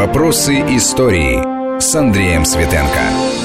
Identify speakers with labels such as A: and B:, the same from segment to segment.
A: Вопросы истории с Андреем Светенко.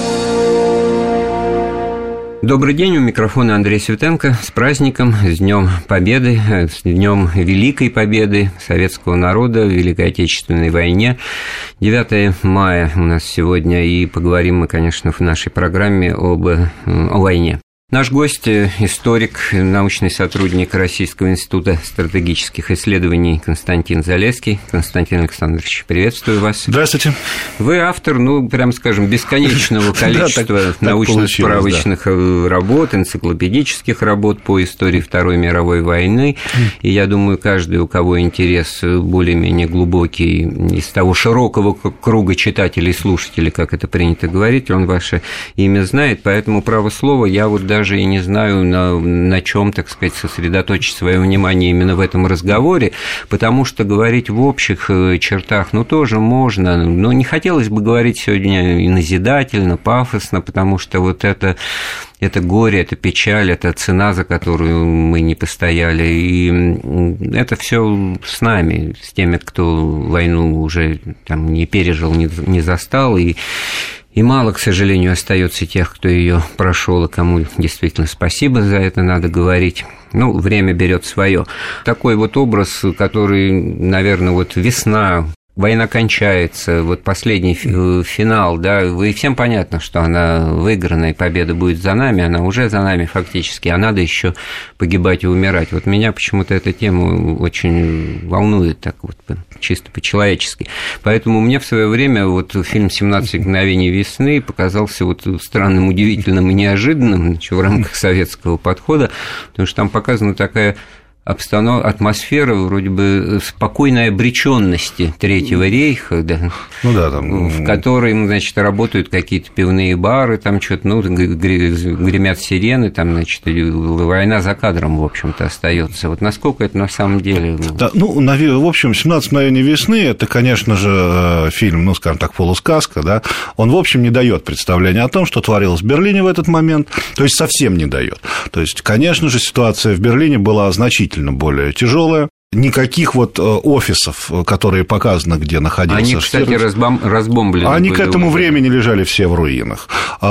B: Добрый день, у микрофона Андрей Светенко. С праздником, с Днем Победы, с Днем Великой Победы советского народа в Великой Отечественной войне. 9 мая у нас сегодня, и поговорим мы, конечно, в нашей программе о войне. Наш гость – историк, научный сотрудник Российского института стратегических исследований Константин Залесский. Константин Александрович, приветствую вас.
C: Здравствуйте.
B: Вы автор, прям скажем, бесконечного количества научно-справочных работ, энциклопедических работ по истории Второй мировой войны. И я думаю, каждый, у кого интерес более-менее глубокий из того широкого круга читателей и слушателей, как это принято говорить, он ваше имя знает. Поэтому, право слово, я даже и не знаю, на чем, так сказать, сосредоточить свое внимание именно в этом разговоре, потому что говорить в общих чертах, тоже можно, но не хотелось бы говорить сегодня и назидательно, пафосно, потому что вот это горе, это печаль, это цена, за которую мы не постояли, и это все с нами, с теми, кто войну уже там не пережил, не застал, и мало, к сожалению, остается тех, кто ее прошел, и кому действительно спасибо за это надо говорить. Время берет свое. Такой вот образ, который, наверное, весна. Война кончается, последний финал, и всем понятно, что она выиграна, и победа будет за нами, она уже за нами фактически, а надо еще погибать и умирать. Меня почему-то эта тема очень волнует, так чисто по-человечески. Поэтому мне в свое время фильм «17 мгновений весны» показался странным, удивительным и неожиданным в рамках советского подхода, потому что там показана такая атмосфера вроде бы спокойной обреченности Третьего рейха, в которой, работают какие-то пивные бары, там что-то, гремят сирены, война за кадром, в общем-то, остается. Насколько это на самом деле?
C: Да, в общем, «17 мгновений весны» – это, конечно же, фильм, скажем так, полусказка, да, он, в общем, не дает представления о том, что творилось в Берлине в этот момент, то есть совсем не дает. То есть, конечно же, ситуация в Берлине была значительно более тяжелая. Никаких офисов, которые показаны, где находился
B: Они, кстати, разбомблены.
C: Они к этому времени лежали все в руинах.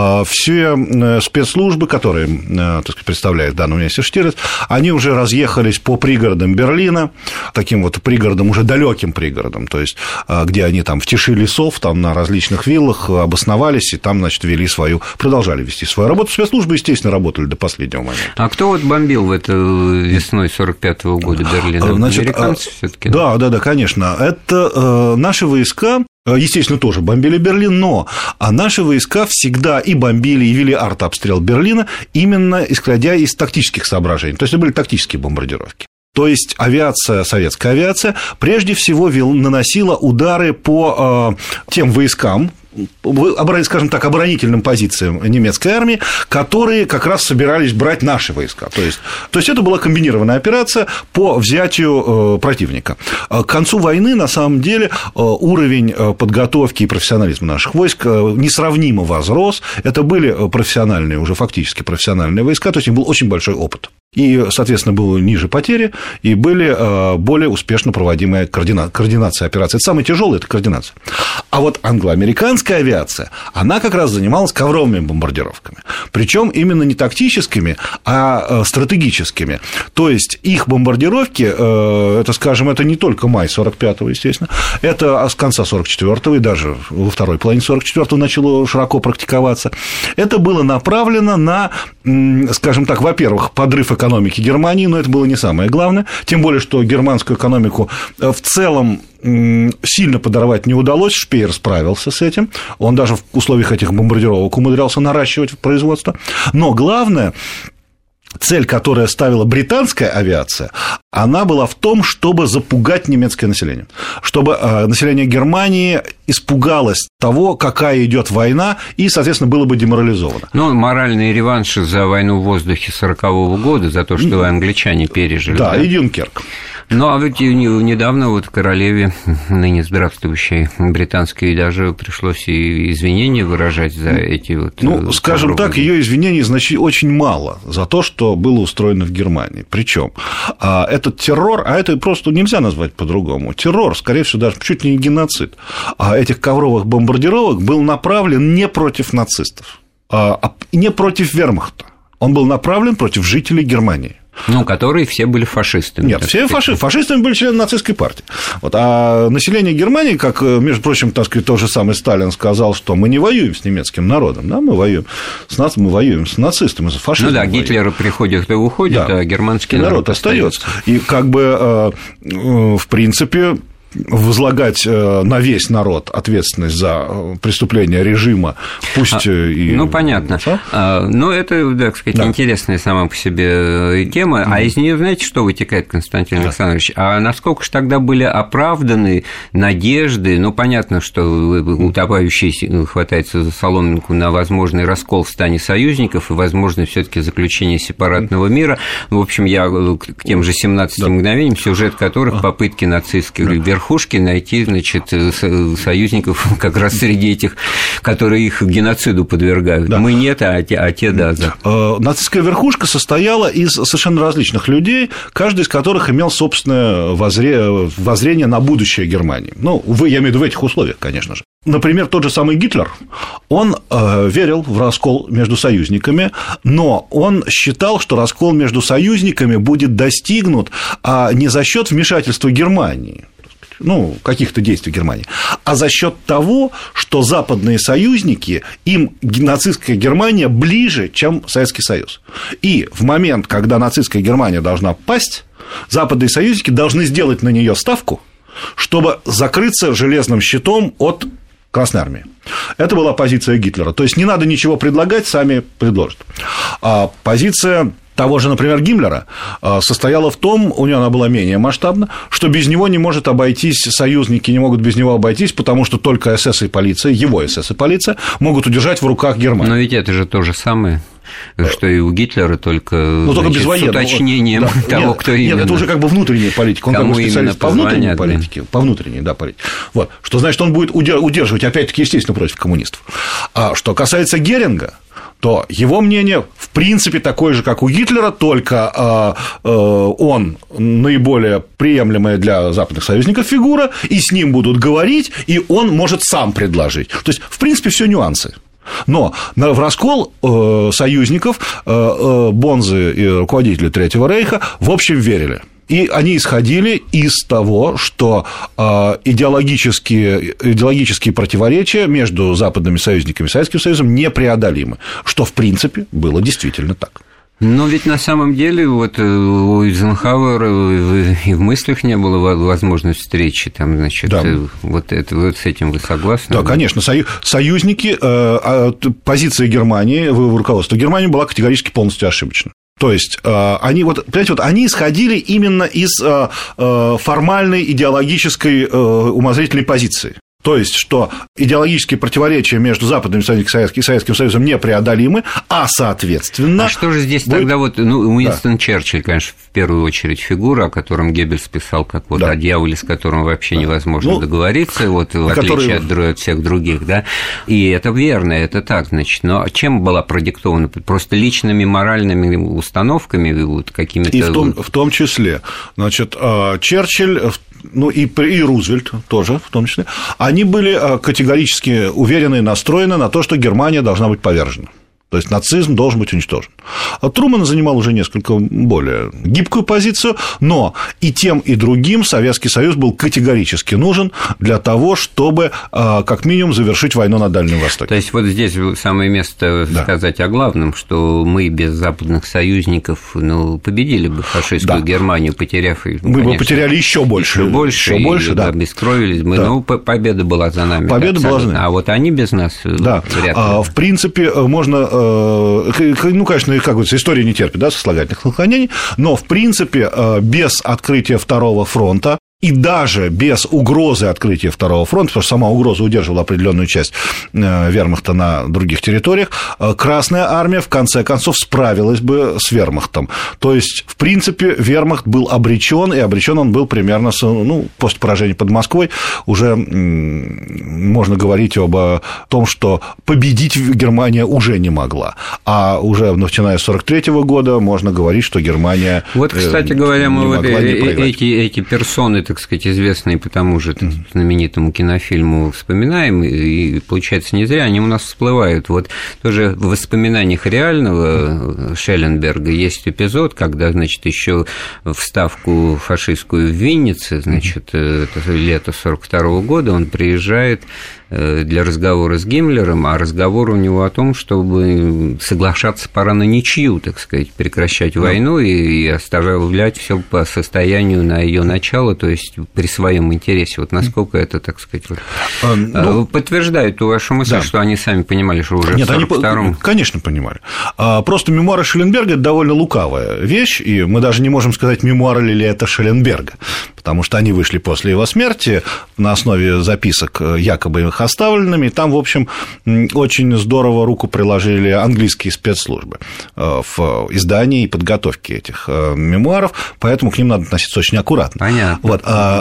C: Все спецслужбы, которые, представляет в данном месте Штирлиц, они уже разъехались по пригородам Берлина, таким пригородам, уже далеким пригородам, то есть, где они там в тиши лесов, там на различных виллах обосновались, и там, продолжали вести свою работу. Спецслужбы, естественно, работали до последнего момента.
B: А кто бомбил весной 1945 года Берлин? Американцы всё-таки?
C: Да, конечно. Это наши войска, естественно, тоже бомбили Берлин, но наши войска всегда и бомбили, и вели артобстрел Берлина именно исходя из тактических соображений. То есть, это были тактические бомбардировки. То есть, советская авиация, прежде всего наносила удары по тем войскам, скажем так, оборонительным позициям немецкой армии, которые как раз собирались брать наши войска. То есть это была комбинированная операция по взятию противника. К концу войны, на самом деле, уровень подготовки и профессионализма наших войск несравнимо возрос. Это были профессиональные, уже фактически профессиональные войска, то есть, у них был очень большой опыт. И, соответственно, было ниже потери, и были более успешно проводимая координация операций. Это самое тяжелое – это координация. А англо-американская авиация, она как раз занималась ковровыми бомбардировками. Причем именно не тактическими, а стратегическими. То есть, их бомбардировки, это не только май 45-го, естественно, это с конца 44-го и даже во второй половине 44-го начало широко практиковаться. Это было направлено на, скажем так, во-первых, подрыв экономики Германии, но это было не самое главное, тем более, что германскую экономику в целом сильно подорвать не удалось, Шпеер справился с этим, он даже в условиях этих бомбардировок умудрялся наращивать производство, но главное, цель, которую ставила британская авиация, она была в том, чтобы запугать немецкое население, чтобы население Германии испугалось того, какая идет война, и, соответственно, было бы деморализовано.
B: Моральные реванши за войну в воздухе 1940 года, за то, что англичане пережили.
C: Да, и Дюнкерк.
B: Ну, а ведь недавно вот королеве, ныне здравствующей британской, даже пришлось и извинения выражать за эти вот...
C: Ну, скажем так, ее извинений очень мало за то, что было устроено в Германии. Причем этот террор, а это просто нельзя назвать по-другому, террор, скорее всего, даже чуть ли не геноцид, этих ковровых бомбардировок был направлен не против нацистов, не против вермахта, он был направлен против жителей Германии.
B: Ну, которые все были фашистами.
C: Нет, все фашистами были члены нацистской партии. Вот. А население Германии, как, между прочим, так сказать, тот же самый Сталин сказал, что мы не воюем с немецким народом, да, мы воюем с нацистами, с фашистами.
B: Ну да, Гитлер приходит и уходит, да, а германский народ остается.
C: И как бы, в принципе, возлагать на весь народ ответственность за преступления режима, пусть и...
B: Ну, понятно. Но это, так сказать, интересная сама по себе тема. А из нее, знаете, что вытекает, Константин Александрович? А насколько же тогда были оправданы надежды? Ну, понятно, что утопающий хватается за соломинку на возможный раскол в стане союзников и возможное все таки заключение сепаратного мира. В общем, я к тем же 17 мгновениям, сюжет которых попытки нацистских верхушки найти, значит, союзников как раз среди этих, которые их геноциду подвергают. Да. Мы нет, а те да.
C: Нацистская верхушка состояла из совершенно различных людей, каждый из которых имел собственное воззрение на будущее Германии. Ну, я имею в виду в этих условиях, конечно же. Например, тот же самый Гитлер, он верил в раскол между союзниками, но он считал, что раскол между союзниками будет достигнут не за счет вмешательства Германии, ну, каких-то действий Германии, а за счет того, что западные союзники, им нацистская Германия ближе, чем Советский Союз. И в момент, когда нацистская Германия должна пасть, западные союзники должны сделать на нее ставку, чтобы закрыться железным щитом от Красной Армии. Это была позиция Гитлера. То есть не надо ничего предлагать, сами предложат. А позиция того же, например, Гиммлера состояла в том, у него она была менее масштабна, что без него не может обойтись, союзники не могут без него обойтись, потому что только СС и полиция, его СС и полиция могут удержать в руках Германию.
B: Но ведь это же то же самое, что и у Гитлера, только,
C: только без
B: с уточнением того, кто именно.
C: Нет, это уже как бы внутренняя политика, он как бы специалист по внутренней политике, по внутренней, да, политике. Вот. Что значит, он будет удерживать, опять-таки, естественно, против коммунистов. А что касается Геринга, то его мнение, в принципе, такое же, как у Гитлера, только он наиболее приемлемая для западных союзников фигура, и с ним будут говорить, и он может сам предложить. То есть, в принципе, все нюансы. Но в раскол союзников бонзы и руководители Третьего Рейха, в общем, верили. И они исходили из того, что идеологические противоречия между западными союзниками и Советским Союзом непреодолимы, что, в принципе, было действительно так.
B: Но ведь на самом деле вот у Эйзенхауэра и в мыслях не было возможности встречи, там, значит, да. вот с этим вы согласны?
C: Да, конечно, союзники, позиция Германии, руководство Германии была категорически полностью ошибочна. То есть, они, они исходили именно из формальной идеологической умозрительной позиции. То есть, что идеологические противоречия между западными союзниками и Советским Союзом непреодолимы, а соответственно...
B: А что же здесь тогда Уинстон Черчилль, конечно, в первую очередь фигура, о котором Геббельс писал, как вот о дьяволе, с которым вообще невозможно договориться, вот, в отличие от всех других, да, и это верно, это так, значит, но чем была продиктована? Просто личными моральными установками, вот, какими-то...
C: И в том числе, значит, Черчилль... Ну, и Рузвельт тоже, в том числе, они были категорически уверены и настроены на то, что Германия должна быть повержена. То есть нацизм должен быть уничтожен. Трумэн занимал уже несколько более гибкую позицию, но и тем, и другим Советский Союз был категорически нужен для того, чтобы как минимум завершить войну на Дальнем Востоке.
B: То есть вот здесь самое место сказать о главном, что мы без западных союзников победили бы фашистскую Германию, потеряв...
C: Мы бы потеряли еще больше.
B: Еще больше, да. Обескровились бы, но победа была за нами.
C: Победа была за нами.
B: А вот они без нас вряд ли.
C: В принципе, можно... Ну, конечно, как говорится, история не терпит сослагательных наклонений, но, в принципе, без открытия Второго фронта И даже без угрозы открытия Второго фронта, потому что сама угроза удерживала определенную часть вермахта на других территориях, Красная армия в конце концов справилась бы с вермахтом. То есть, в принципе, вермахт был обречен, и обречен он был примерно после поражения под Москвой. Уже можно говорить об том, что победить Германия уже не могла. А уже начиная с 1943 года можно говорить, что Германия
B: вот, кстати говоря, мы вот эти персоны, так сказать, известные по тому же знаменитому кинофильму вспоминаем, и получается не зря, они у нас всплывают. Вот тоже в воспоминаниях реального Шелленберга есть эпизод, когда, значит, еще в ставку фашистскую в Виннице, значит, это лето 1942 года, он приезжает для разговора с Гиммлером, а разговор у него о том, чтобы соглашаться пора на ничью, так сказать, прекращать войну и оставлять все по состоянию на ее начало, то есть при своем интересе. Вот насколько это, так сказать, подтверждает ту вашу мысль, что они сами понимали, что уже в 1942-м...
C: Конечно, понимали. Просто мемуары Шелленберга – это довольно лукавая вещь, и мы даже не можем сказать, мемуары ли это Шелленберга, потому что они вышли после его смерти на основе записок, якобы их оставленными, и там, в общем, очень здорово руку приложили английские спецслужбы в издании и подготовке этих мемуаров, поэтому к ним надо относиться очень аккуратно.
B: Понятно.
C: Вот,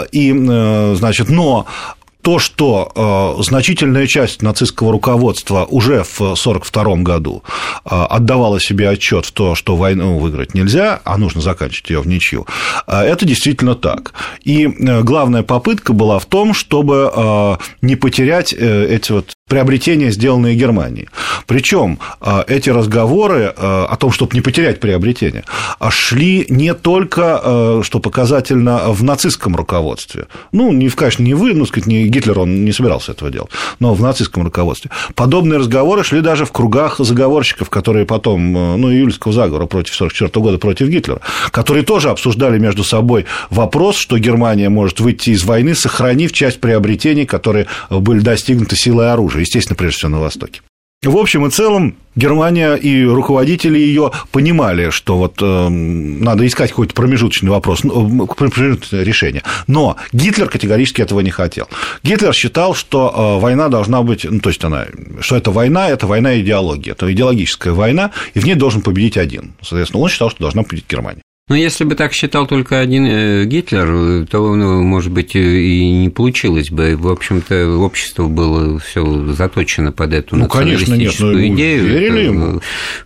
C: значит, но то, что значительная часть нацистского руководства уже в 1942 году отдавала себе отчет в то, что войну выиграть нельзя, а нужно заканчивать ее в ничью, это действительно так. И главная попытка была в том, чтобы не потерять эти вот приобретения, сделанные Германией. Причем эти разговоры о том, чтобы не потерять приобретения, шли не только, что показательно, в нацистском руководстве. Конечно, не вы, сказать, не Гитлер, он не собирался этого делать, но в нацистском руководстве. Подобные разговоры шли даже в кругах заговорщиков, которые потом, июльского заговора против 1944 года против Гитлера, которые тоже обсуждали между собой вопрос, что Германия может выйти из войны, сохранив часть приобретений, которые были достигнуты силой оружия, естественно, прежде всего на Востоке. В общем и целом, Германия и руководители ее понимали, что вот надо искать какой-то промежуточный вопрос, промежуточное решение. Но Гитлер категорически этого не хотел. Гитлер считал, что война должна быть, что это война идеологии, это идеологическая война, и в ней должен победить один. Соответственно, он считал, что должна победить Германия.
B: Но если бы так считал только один Гитлер, то, может быть, и не получилось бы. В общем-то, общество было все заточено под эту националистическую идею.
C: Верили ему.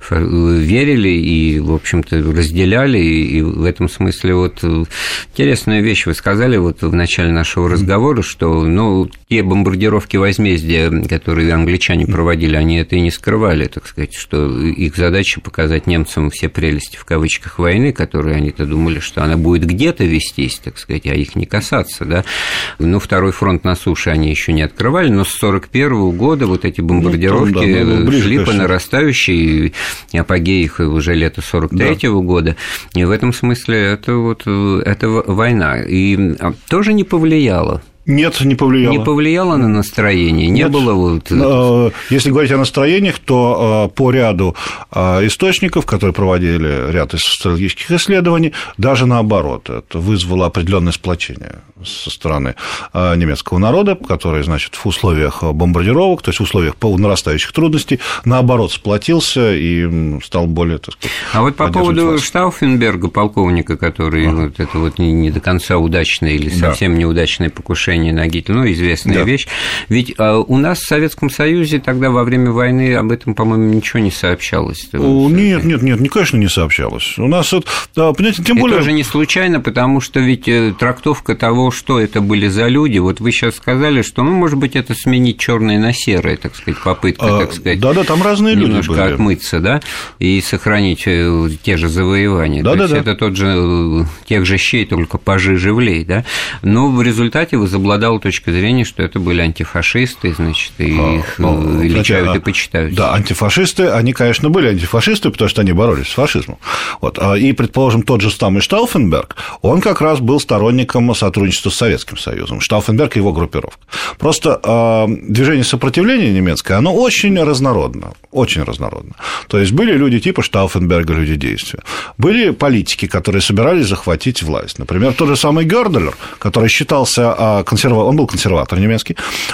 B: Верили и, в общем-то, разделяли. И в этом смысле вот интересная вещь вы сказали вот в начале нашего разговора, что те бомбардировки возмездия, которые англичане проводили, они это и не скрывали, так сказать, что их задача показать немцам все прелести в кавычках войны, которые они-то думали, что она будет где-то вестись, так сказать, а их не касаться, да. Второй фронт на суше они еще не открывали, но с 1941 года вот эти бомбардировки шли по нарастающей, апогей их уже лето 1943 года, и в этом смысле это война, и тоже не повлияло.
C: Нет, не повлияло.
B: Не повлияло на настроение? Не было
C: Если говорить о настроениях, то по ряду источников, которые проводили ряд социологических исследований, даже наоборот, это вызвало определенное сплочение со стороны немецкого народа, который, значит, в условиях бомбардировок, то есть в условиях нарастающих трудностей, наоборот, сплотился и стал более, так сказать,
B: А вот по поводу Штауфенберга, полковника, который это не до конца удачное или совсем неудачное покушение на Гитлера, известная вещь. Ведь у нас в Советском Союзе тогда во время войны об этом, по-моему, ничего не сообщалось.
C: Нет, конечно, не сообщалось. У нас, понимаете, тем более...
B: Это тоже не случайно, потому что ведь трактовка того, что это были за люди, вот вы сейчас сказали, что, может быть, это сменить черное на серое, так сказать, попытка, так сказать,
C: там разные люди
B: немножко
C: были.
B: Отмыться, да, и сохранить те же завоевания. То есть это тех же щей, только пожиже влей, да, но в результате возобладали преобладала точка зрения, что это были антифашисты, значит, и их величают и почитают.
C: Да, антифашисты, они, конечно, были антифашисты, потому что они боролись с фашизмом. Вот. И, предположим, тот же самый Штауфенберг, он как раз был сторонником сотрудничества с Советским Союзом. Штауфенберг и его группировка. Просто движение сопротивления немецкое, оно очень разнородно, очень разнородно. То есть были люди типа Штауфенберга, люди действия. Были политики, которые собирались захватить власть. Например, тот же самый Гёрделер, который считался он был консерватор немецкий,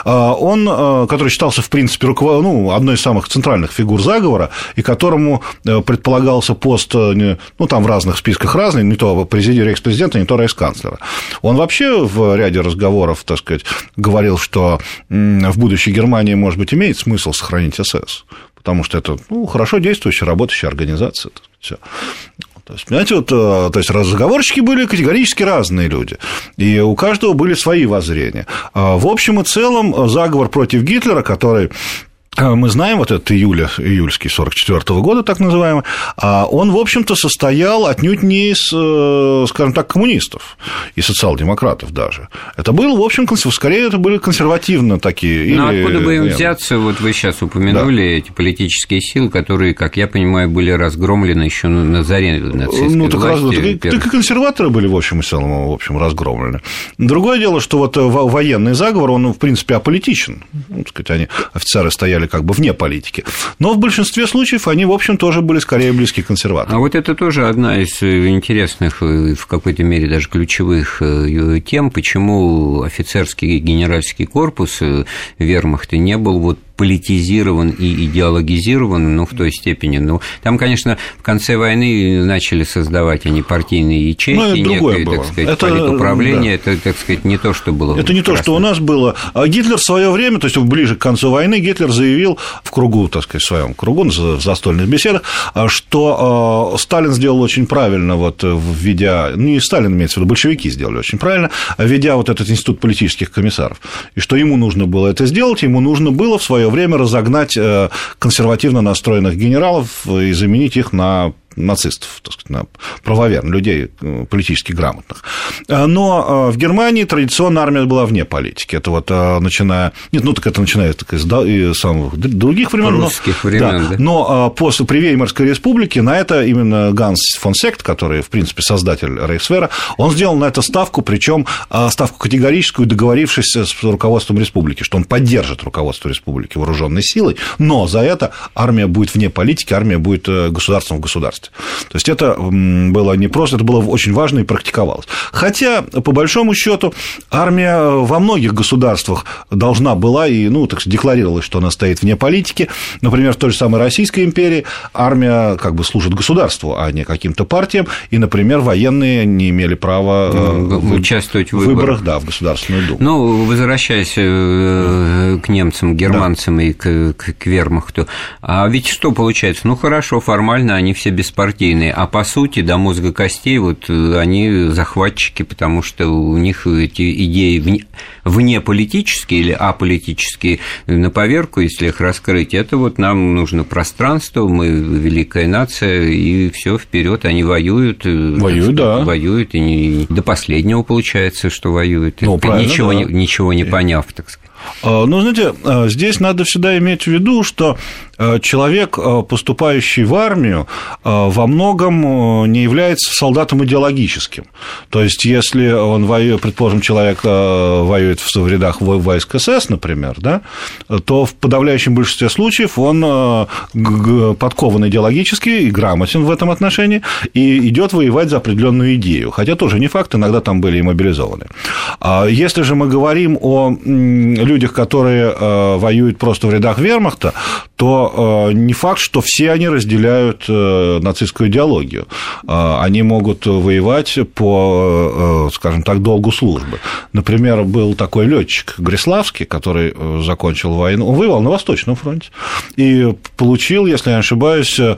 C: который считался, в принципе, одной из самых центральных фигур заговора, и которому предполагался пост, там в разных списках разный, не то рейхспрезидента, не то рейхсканцлера. Он вообще в ряде разговоров, так сказать, говорил, что в будущей Германии, может быть, имеет смысл сохранить СС, потому что это хорошо действующая, работающая организация. Всё. То есть, понимаете, то есть разговорщики были категорически разные люди, и у каждого были свои воззрения. В общем и целом, заговор против Гитлера, который мы знаем, вот этот июльский 1944 года, так называемый, он, в общем-то, состоял отнюдь не из, скажем так, коммунистов и социал-демократов даже. Это был, в общем, скорее это были консервативно такие.
B: Но откуда бы им взяться, вот вы сейчас упомянули эти политические силы, которые, как я понимаю, были разгромлены еще на заре нацистской власти.
C: Так и консерваторы были, в общем и целом, разгромлены. Другое дело, что вот военный заговор, он, в принципе, аполитичен. Офицеры стояли как бы вне политики. Но в большинстве случаев они, в общем, тоже были скорее близки к консерваторам.
B: А вот это тоже одна из интересных, в какой-то мере даже ключевых тем, почему офицерский генеральский корпус вермахта не был вот политизирован и идеологизирован, в той степени. Там, конечно, в конце войны начали создавать они партийные ячейки, некое, так сказать, политуправление, это, так сказать, не то, что было.
C: Это не то, что у нас было. А Гитлер в свое время, то есть ближе к концу войны, Гитлер заявил в кругу, так сказать, в своем кругу, в застольных беседах, что Сталин сделал очень правильно, введя, не Сталин имеется в виду, большевики сделали очень правильно, введя вот этот институт политических комиссаров, и что ему нужно было это сделать, ему нужно было в свое время разогнать консервативно настроенных генералов и заменить их на нацистов, так сказать, на правоверных, людей политически грамотных. Но в Германии традиционно армия была вне политики. Это начиная... это начинается из самых других времен.
B: Русских времен, да.
C: Но при Веймарской республике на это именно Ганс фон Сект, который, в принципе, создатель Рейхсвера, он сделал на это ставку, причем ставку категорическую, договорившись с руководством республики, что он поддержит руководство республики вооруженной силой, но за это армия будет вне политики, армия будет государством в государстве. То есть это было не просто, это было очень важно и практиковалось. Хотя, по большому счету, армия во многих государствах должна была и, так сказать, декларировалась, что она стоит вне политики. Например, в той же самой Российской империи армия как бы служит государству, а не каким-то партиям, и, например, военные не имели права
B: участвовать в
C: выборах, да, в Государственную Думу.
B: Возвращаясь к немцам, германцам, да, и к вермахту, а ведь что получается? Хорошо, формально они все беспартийные, а по сути до мозга костей они захватчики, потому что у них эти идеи внеполитические или аполитические на поверку, если их раскрыть, это нам нужно пространство, мы великая нация, и все вперед, они воюют,
C: да.
B: Воюют, и до последнего получается, что воюют, ничего не поняв, так сказать.
C: Знаете, здесь надо всегда иметь в виду, что человек, поступающий в армию, во многом не является солдатом идеологическим. То есть, если он воюет, предположим, человек воюет в рядах войск СС, например, да, то в подавляющем большинстве случаев он подкован идеологически и грамотен в этом отношении и идет воевать за определенную идею. Хотя тоже не факт, иногда там были и мобилизованы. Если же мы говорим о людях, которые воюют просто в рядах вермахта, то не факт, что все они разделяют нацистскую идеологию. Они могут воевать по, скажем так, долгу службы. Например, был такой летчик Гриславский, который закончил войну, он воевал на Восточном фронте и получил, если я не ошибаюсь,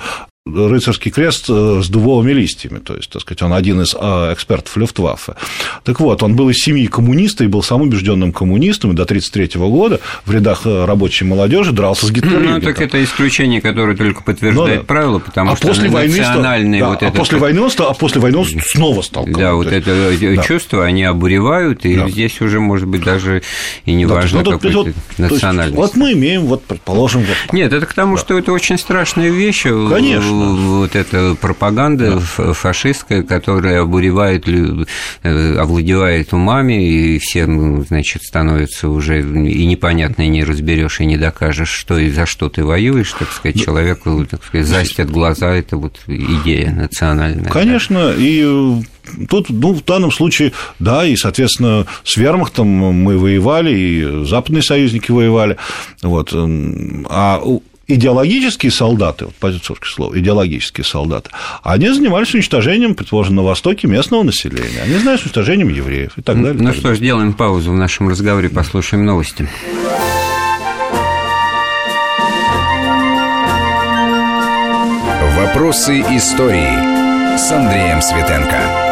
C: рыцарский крест с дубовыми листьями, то есть, так сказать, он один из экспертов Люфтваффе. Так вот, он был из семьи коммуниста и был самым убежденным коммунистом, и до 1933 года в рядах рабочей молодежи дрался с Гитлером.
B: Ну, так это исключение, которое только подтверждает правило, потому что национальный вот этот...
C: после войны он снова стал коммунистом.
B: Да, вот это чувство они обуревают, и здесь уже, может быть, даже и не важно какой-то национальности.
C: Вот мы имеем, предположим...
B: Нет, это к тому, что это очень страшная вещь.
C: Конечно.
B: Вот эта пропаганда фашистская, которая обуревает, овладевает умами, и всем, значит, становится уже и непонятно, и не разберешь, и не докажешь, что и за что ты воюешь, так сказать, человеку, так сказать, застят глаза, это вот идея национальная.
C: Конечно, и тут, в данном случае, да, и, соответственно, с вермахтом мы воевали, и западные союзники воевали, вот, а идеологические солдаты, позиционное слово, идеологические солдаты, они занимались уничтожением, предположим, на Востоке местного населения, они занимались уничтожением евреев и так далее.
B: Ну что ж, сделаем паузу в нашем разговоре, послушаем новости.
A: Вопросы истории с Андреем Светенко.